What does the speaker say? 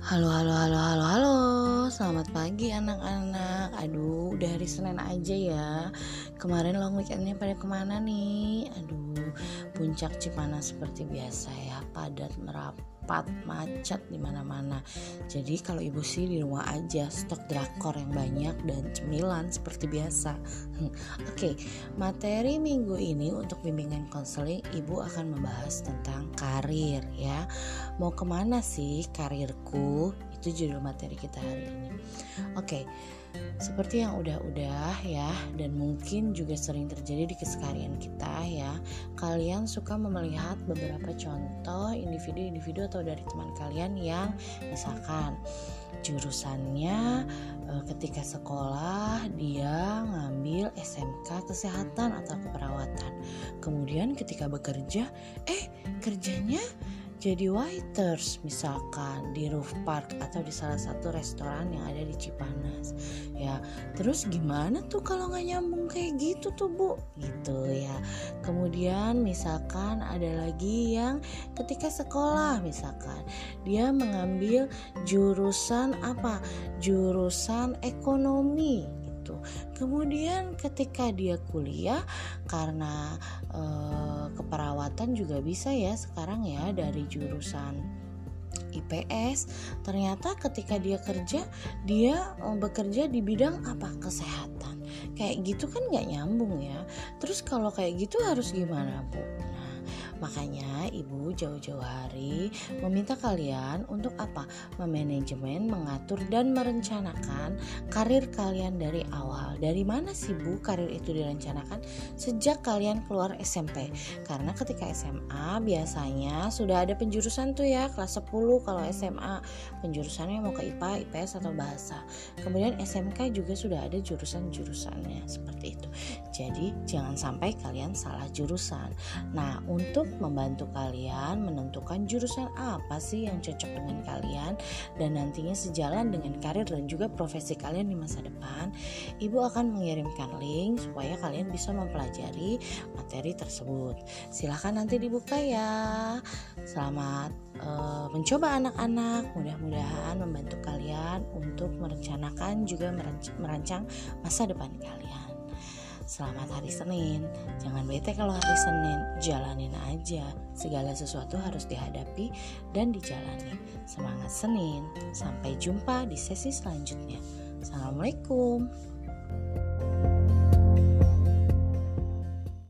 Halo, halo, halo, halo, halo. Selamat pagi anak-anak. Aduh, udah hari Senin aja ya. Kemarin long weekendnya pada kemana nih? Aduh, puncak Cipanas seperti biasa ya, padat merapat, macet di mana-mana. Jadi kalau ibu sih di rumah aja, stok drakor yang banyak dan cemilan seperti biasa. Oke, materi minggu ini untuk bimbingan konseling ibu akan membahas tentang karir ya. Mau kemana sih karirku? Itu judul materi kita hari ini. Oke, seperti yang udah ya, dan mungkin juga sering terjadi di keseharian kita ya. Kalian suka melihat beberapa contoh individu atau dari teman kalian yang misalkan jurusannya ketika sekolah dia ngambil SMK kesehatan atau keperawatan. Kemudian ketika bekerja, kerjanya jadi waiters misalkan di Roof Park atau di salah satu restoran yang ada di Cipanas ya. Terus gimana tuh kalau nggak nyambung kayak gitu tuh Bu, gitu ya. Kemudian misalkan ada lagi yang ketika sekolah misalkan dia mengambil jurusan ekonomi gitu. Kemudian ketika dia kuliah karena keperawatan juga bisa ya sekarang ya dari jurusan IPS, ternyata ketika dia kerja dia bekerja di bidang kesehatan. Kayak gitu kan nggak nyambung ya. Terus kalau kayak gitu harus gimana Bu? Makanya ibu jauh-jauh hari meminta kalian untuk memanajemen, mengatur dan merencanakan karir kalian dari awal. Dari mana sih Bu karir itu direncanakan? Sejak kalian keluar SMP. Karena ketika SMA biasanya sudah ada penjurusan tuh ya, kelas 10 kalau SMA penjurusannya mau ke IPA, IPS atau bahasa. Kemudian SMK juga sudah ada jurusan-jurusannya seperti itu. Jadi jangan sampai kalian salah jurusan. Nah, untuk membantu kalian menentukan jurusan apa sih yang cocok dengan kalian dan nantinya sejalan dengan karir dan juga profesi kalian di masa depan, ibu akan mengirimkan link supaya kalian bisa mempelajari materi tersebut. Silahkan nanti dibuka ya. Selamat mencoba anak-anak, mudah-mudahan membantu kalian untuk merencanakan juga merancang masa depan kalian. Selamat hari Senin. Jangan bete kalau hari Senin, jalanin aja. Segala sesuatu harus dihadapi dan dijalani. Semangat Senin. Sampai jumpa di sesi selanjutnya. Assalamualaikum.